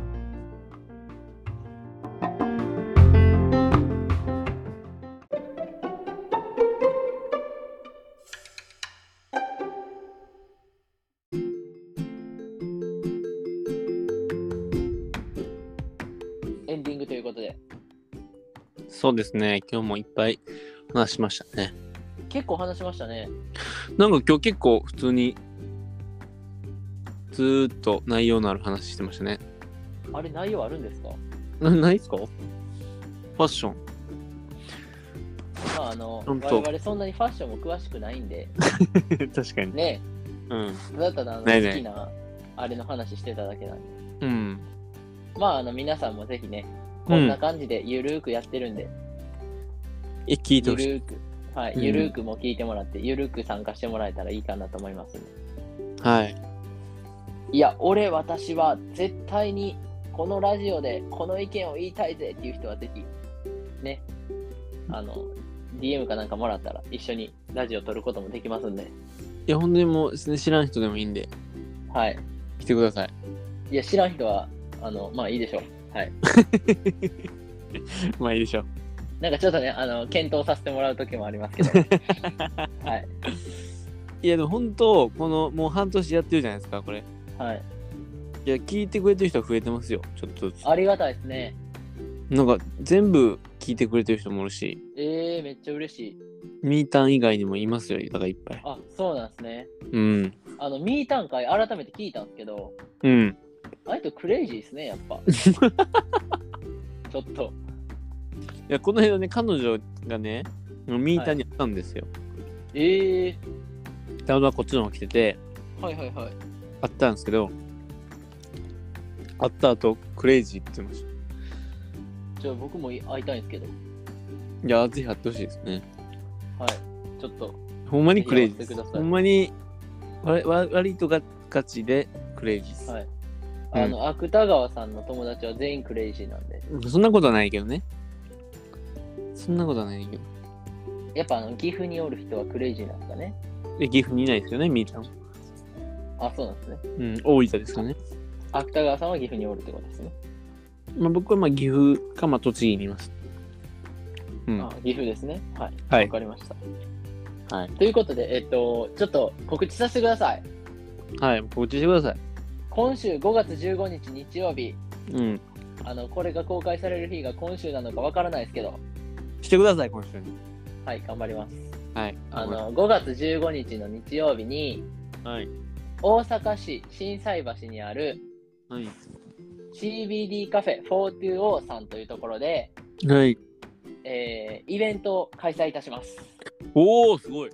S1: エンディングということで。
S2: そうですね、今日もいっぱい話しましたね。
S1: 結構話しましたね。
S2: なんか今日結構普通にずーっと内容のある話してましたね。
S1: あれ、内容あるんですか？
S2: な、ないっすか？ファッション。
S1: まああの、我々そんなにファッションも詳しくないんで。
S2: 確かに。
S1: ね
S2: え。うん。
S1: ただただあの
S2: ないない
S1: 好きなあれの話してただけなんで。
S2: うん。
S1: まああの皆さんもぜひね、こんな感じでゆるーくやってるんで。
S2: え、聞いてほしい。
S1: ゆるーく。はい、ゆるーくも聞いてもらって、ゆるーく参加してもらえたらいいかなと思いますね。
S2: はい。
S1: いや、俺、私は絶対にこのラジオでこの意見を言いたいぜっていう人はぜひ、ね、あの、ディーエム かなんかもらったら一緒にラジオ撮ることもできますんで。
S2: いや、ほんとにもう、知らん人でもいいんで。
S1: はい。
S2: 来てください。
S1: いや、知らん人は、あの、まあいいでしょう。はい。
S2: まあいいでしょう。
S1: なんかちょっとね、あの、検討させてもらうときもありますけど。はい。
S2: いや、でも本当、この、もう半年やってるじゃないですか、これ。
S1: はい。
S2: いや、聞いてくれてる人は増えてますよ、ちょっとずつ。
S1: ありがたいですね。
S2: なんか、全部聞いてくれてる人もおるし。
S1: えー、めっちゃ嬉しい。
S2: ミータン以外にもいますよ、だからいっぱい。
S1: あ、そうなんですね。
S2: うん。
S1: あの、ミータン会改めて聞いたんですけど、
S2: うん。
S1: あれとクレイジーですね、やっぱ。ちょっと。
S2: いや、この間ね、彼女がね、ミータンに会ったんですよ。はい、
S1: ええ
S2: ー。たまたまこっちの方来てて、
S1: はいはいはい。
S2: 会ったんですけど、会った後、クレイジーって言ってました。
S1: じゃあ僕も会いたいんですけど。
S2: いや、ぜひ会ってほしいですね。
S1: はい。ちょっと。
S2: ほんまにクレイジーです。ほんまに、わ割とガチでクレイジーです。
S1: はい。あの、うん、芥川さんの友達は全員クレイジーなんで。
S2: そんなことはないけどね。そんなことはないけど。
S1: やっぱあの、岐阜におる人はクレイジーなんですかね。
S2: で、岐阜にいないですよね、ミータン。
S1: あ、そうなんですね。
S2: うん、大分ですかね。
S1: 芥川さんは岐阜におるってことですね。
S2: まあ、僕はまあ岐阜かまあ栃木にいます。
S1: うん、あ、岐阜ですね。はい。わ、はい、かりました。はい。ということで、えっと、ちょっと告知させてください。
S2: はい、告知してください。
S1: 今週ごがつじゅうごにち日曜日。
S2: うん。
S1: あの、これが公開される日が今週なのかわからないですけど。
S2: してください、今週に。
S1: はい、頑張ります。
S2: はい。
S1: あの、ごがつじゅうごにちの日曜日に、
S2: はい。
S1: 大阪市心斎橋にある、
S2: はい。
S1: シービーディー カフェフォートゥーオーさんというところで、
S2: はい。
S1: えー、イベントを開催いたします。
S2: おー、すごい。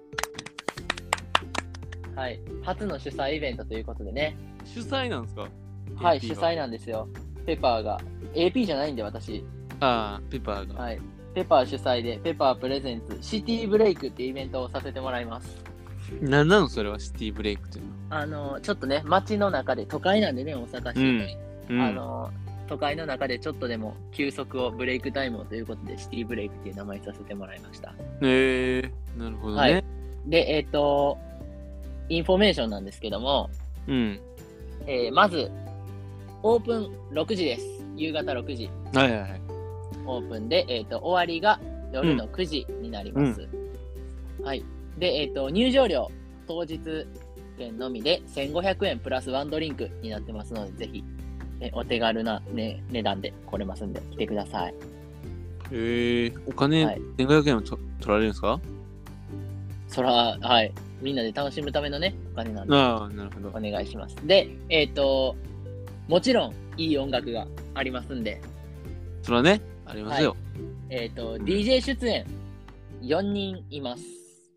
S1: はい。初の主催イベントということでね。
S2: 主催なんですか？
S1: はい、主催なんですよ。ペパーが。エーピー じゃないんで、私。
S2: ああ、ペパーが。
S1: はい。ペパー主催で、ペパープレゼンツ、シティブレイクっていうイベントをさせてもらいます。
S2: なんなのそれは、シティブレイクっていうの
S1: は。あの、ちょっとね、街の中で、都会なんでね、大阪市。うんうん、あの、都会の中でちょっとでも休息を、ブレイクタイムをということで、シティブレイクっていう名前させてもらいました。
S2: へえー、なるほどね。
S1: はい、で、えっ、ー、と、 インフォメーションなんですけども、
S2: うん。
S1: えー、まず、オープンろくじです。夕方ろくじ。
S2: はいはいはい。
S1: オープンで、えっと、終わりが夜のくじになります。うん、はい。で、えっと、入場料、当日券のみでせんごひゃくえんプラスワンドリンクになってますので、ぜひ、ね、お手軽な、ね、値段で来れますんで、来てください。
S2: へえー、お金、はい、せんごひゃくえんも取られるんですか？
S1: そら、はい。みんなで楽しむためのね、お金なんで。
S2: ああ、なるほど。
S1: お願いします。で、えっと、もちろん、いい音楽がありますんで。
S2: そらね、ありますよ。はい、
S1: えっと、うん、ディージェー 出演、よにんいます。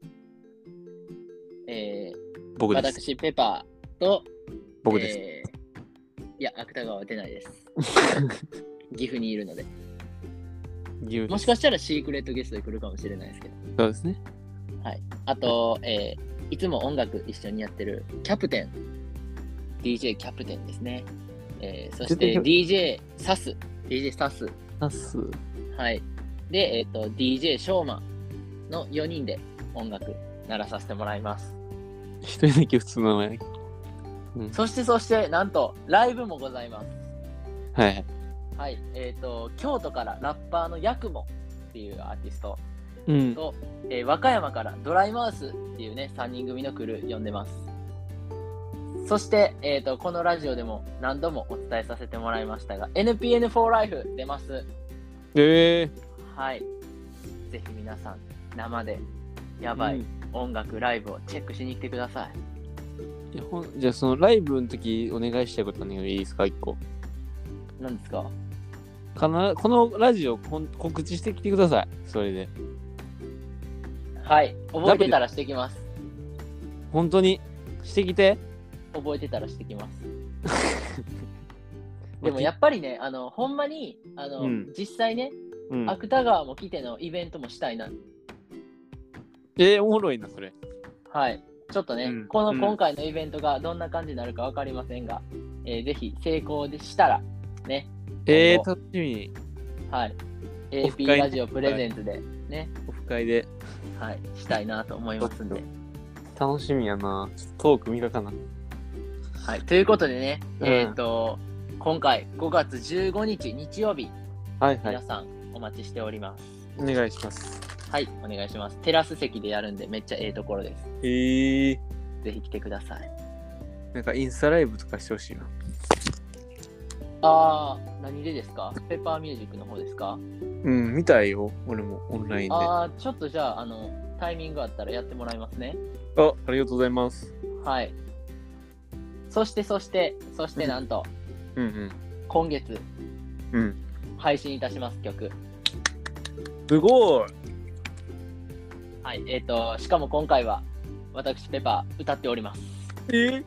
S1: えー、
S2: 僕です。
S1: 私、ペパーと、
S2: 僕です。
S1: えー、いや、芥川は出ないです。岐阜にいるので。もしかしたらシークレットゲストで来るかもしれないですけど。
S2: そうですね。
S1: はい。あと、えー、いつも音楽一緒にやってるキャプテン、ディージェー キャプテンですね。えー、そして ディージェー サス、ディージェー サス。
S2: サス。
S1: はい。で、えっと、ディージェー ショーマンのよにんで音楽鳴らさせてもらいます。
S2: 一人だけ普通の名前。
S1: うん、そしてそして、なんと、ライブもございます。
S2: はい。
S1: はい。えっと、京都からラッパーのヤクモっていうアーティスト。
S2: うん、
S1: と、えー、和歌山からドライマウスっていうねさんにん組のクルー呼んでます。そして、えーと、このラジオでも何度もお伝えさせてもらいましたが エヌピーエヌフォー ライフ出ます。
S2: えー、
S1: はい。ぜひ皆さん生でやばい音楽、うん、ライブをチェックしに来てください。
S2: いやほんじゃあそのライブの時お願いしたいこといいですか？いっこ。
S1: 何ですか？
S2: かなこのラジオ告知してきてください。それで。
S1: はい、覚えてたらしてきます。
S2: 本当にしてきて。
S1: 覚えてたらしてきます。でもやっぱりね、あのほんまにあの、うん、実際ね、うん、芥川も来てのイベントもしたいな。
S2: えー、おもろいなそれ。
S1: はい、ちょっとね、うん、この今回のイベントがどんな感じになるか分かりませんが、うんえー、ぜひ成功でしたらね。
S2: えー、楽しみ。
S1: はい。エーピー ラジオプレゼンツでね。
S2: オフ会で。
S1: はい、したいなと思いますんで。
S2: 楽しみやな。ちょっとトーク見るかな。
S1: はい、ということでね、うん、えっ、ー、と、今回ごがつじゅうごにち日曜日、はいはい、皆さんお待ちしております。
S2: お願いします。
S1: はい、お願いします。テラス席でやるんでめっちゃええところです。
S2: へえー。
S1: ぜひ来てください。
S2: なんかインスタライブとかしてほしいな。
S1: あー、何でですか？ペッパーミュージックの方ですか？
S2: うん、見たいよ。俺もオンラインで。
S1: あー、ちょっとじゃあ、あの、タイミングあったらやってもらいますね。
S2: あ、ありがとうございます。
S1: はい。そして、そして、そしてなんと、
S2: うんうん、
S1: 今月、
S2: うん、
S1: 配信いたします、曲。
S2: すごい。
S1: はい、えっ、ー、と、しかも今回は、私、ペパー、歌っております。
S2: えー、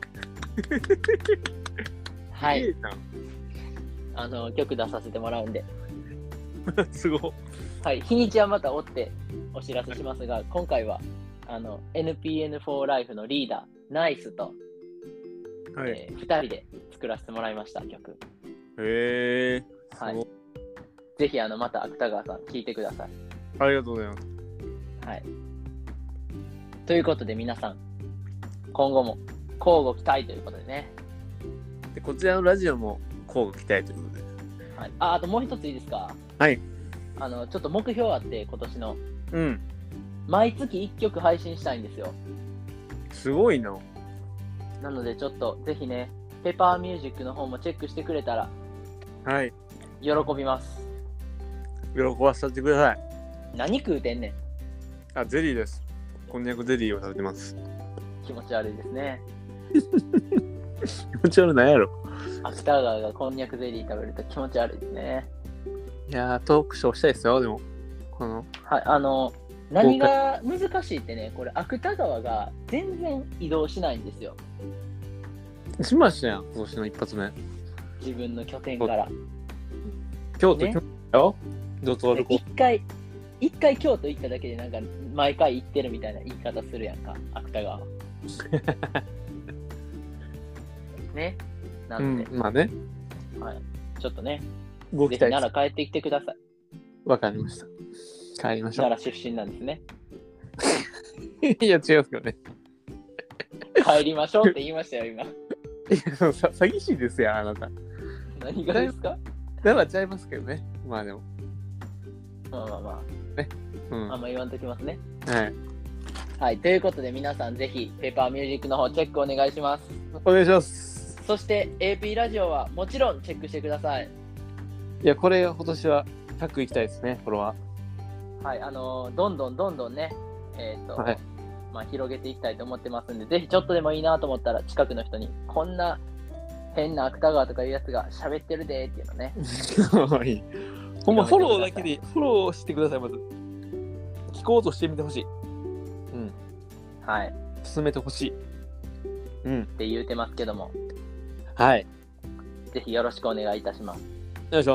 S1: はい。あの、曲出させてもらうんで。
S2: すごい。
S1: はい、日にちはまた追ってお知らせしますが、今回はあの エヌピーエヌフォー ライフのリーダー、ナイスと、はいえー、ふたりで作らせてもらいました、曲。
S2: へえー。
S1: はい。ぜひあのまた芥川さん聴いてください。
S2: ありがとうございます。
S1: はい。ということで皆さん、今後も交互期待ということでね。
S2: でこちらのラジオも交互期待ということで。
S1: はい。あ、あともう一ついいですか？
S2: はい。
S1: あのちょっと目標あって今年の、
S2: うん、
S1: 毎月いっきょく配信したいんですよ。
S2: すごいな。
S1: なのでちょっとぜひね、ペパーミュージックの方もチェックしてくれたら、
S2: はい、
S1: 喜びます。
S2: 喜ばせてください。
S1: 何食うてんねん。
S2: あ、ゼリーです。こんにゃくゼリーを食べてます。
S1: 気持ち悪いですね。
S2: 気持ち悪いなんやろ。
S1: 芥川がこんにゃくゼリー食べると気持ち悪いですね。
S2: いやー、トークショーしたいですよ、でも。この
S1: はい、あの、何が難しいってね、これ、芥川が全然移動しないんですよ。
S2: しましたやん、今年の一発目。
S1: 自分の拠点から。
S2: 京都、ね、京都よ。どうぞ
S1: 一回、一回京都行っただけで、なんか、毎回行ってるみたいな言い方するやんか、芥川は。ね。なんで、
S2: うん、まあね。
S1: はい。ちょっとね。
S2: ご期待。
S1: ぜひ奈良帰ってきてください。
S2: わかりました。帰りましょう。
S1: 奈良出身なんですね。
S2: いや、違うけどね。
S1: 帰りましょうって言いましたよ、今。
S2: いや、さ詐欺師ですよ、あなた。
S1: 何がですか？
S2: だからちゃいますけどね。まあでも。
S1: まあまあまあ。
S2: ね。うん。
S1: あんま言わんときますね。
S2: はい。
S1: はい。ということで、皆さんぜひ、ペーパーミュージックの方、チェックお願いします。
S2: お願いします。
S1: そして、エーピー ラジオはもちろんチェックしてください。
S2: いや、これ今年はひゃくいきたいですね、フォロワ
S1: ー。はい。あのー、どんどんどんどんね、えっと、はい、まあ、広げていきたいと思ってますんで、ぜひちょっとでもいいなと思ったら、近くの人に、こんな変な芥川とかいうやつが喋ってるでーっていうのね。
S2: はい。ほんまフォローだけで、フォローしてください、まず。聞こうとしてみてほしい。うん。
S1: はい。
S2: 進めてほしい。うん。
S1: って言うてますけども。
S2: はい。
S1: ぜひよろしくお願いいたします。
S2: お願いします。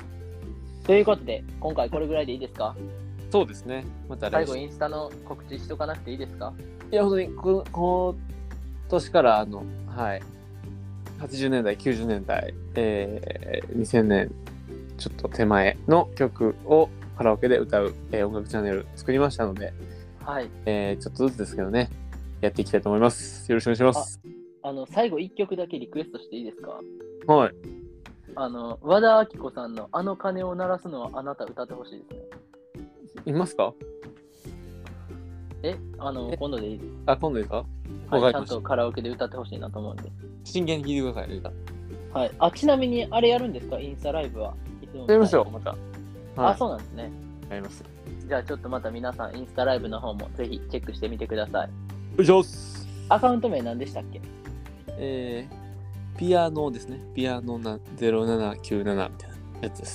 S1: ということで、今回これぐらいでいいですか？
S2: そうですね。また
S1: 最後、インスタの告知しとかなくていいですか？
S2: いや、本当にこ、この年から、あの、はい。はちじゅうねんだい、きゅうじゅうねんだい、えー、にせんねんちょっと手前の曲をカラオケで歌う、えー、音楽チャンネル作りましたので、
S1: はい。
S2: えー、ちょっとずつですけどね、やっていきたいと思います。よろしくお願いします。
S1: あ、あの、最後いっきょくだけリクエストしていいですか？
S2: はい。
S1: あの、和田アキ子さんのあの鐘を鳴らすのはあなた歌ってほしいですね。
S2: いますか？
S1: え、あの、今度でいいです。
S2: あ、今度ですか？
S1: はい、ちゃんとカラオケで歌ってほしいなと思うんで。
S2: 真剣に聴いてください、歌。
S1: はい。あ、ちなみにあれやるんですか？インスタライブは。
S2: やりますよ、また。
S1: はい、あ、そうなんですね。
S2: やります。
S1: じゃあちょっとまた皆さんインスタライブの方もぜひチェックしてみてください。
S2: お願いします。
S1: アカウント名何でしたっけ？
S2: えー、ピアノですね。ピアノなゼロななきゅうななみたいなやつです。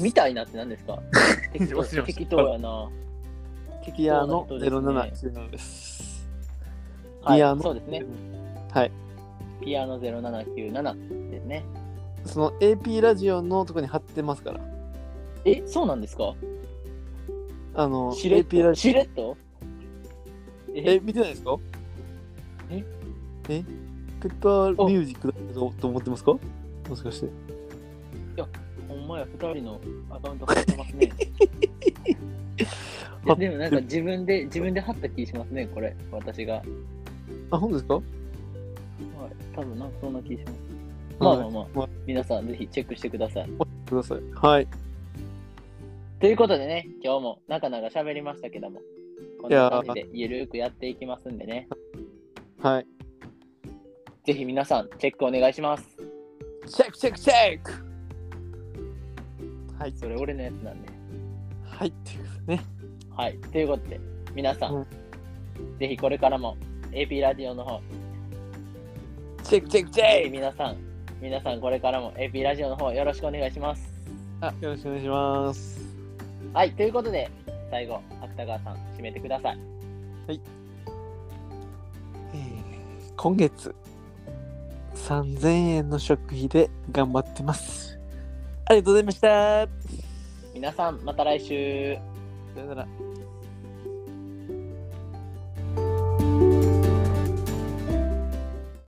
S1: みたいなって何ですか？適当適当やな。
S2: ピアノゼロななきゅうななです。
S1: ピアノ、そうですね。
S2: はい。
S1: ピアノゼロななきゅうななですね。
S2: その エーピー ラジオのとこに貼ってますから。
S1: え、そうなんですか？
S2: あの、
S1: しれっと エーピー ラジオ。しれっと
S2: え、見てないですか？
S1: え
S2: えペッパーミュージックだと思ってますか？もしかして。い
S1: や、ほんまや、ふたりのアカウント貼ってますね。でもなんか自分で、自分で貼った気しますね、これ、私が。
S2: あ、本当ですか？はい、
S1: 多分なんかそんな気します。まあまあまあ、まあ、皆さんぜひチェックしてください。
S2: ください。はい。
S1: ということでね、今日もなかなか喋りましたけども、こんな感じでゆるーくやっていきますんでね。
S2: はい。
S1: ぜひ皆さんチェックお願いします。
S2: チェックチェックチェック。
S1: はい、それ俺のやつなんで。
S2: はい、っていうことね。
S1: はい、ということで、皆さん、うん、ぜひこれからも エーピー ラジオの方、
S2: チェックチェックチェック。
S1: 皆さん、皆さんこれからも エーピー ラジオの方よろしくお願いします。
S2: あ、よろしくお願いします。
S1: はい、ということで、最後、芥川さん、締めてください。
S2: はい。えー、今月、さんぜんえんの食費で頑張ってます。ありがとうございました。
S1: 皆さん、また来週。
S2: さよなら。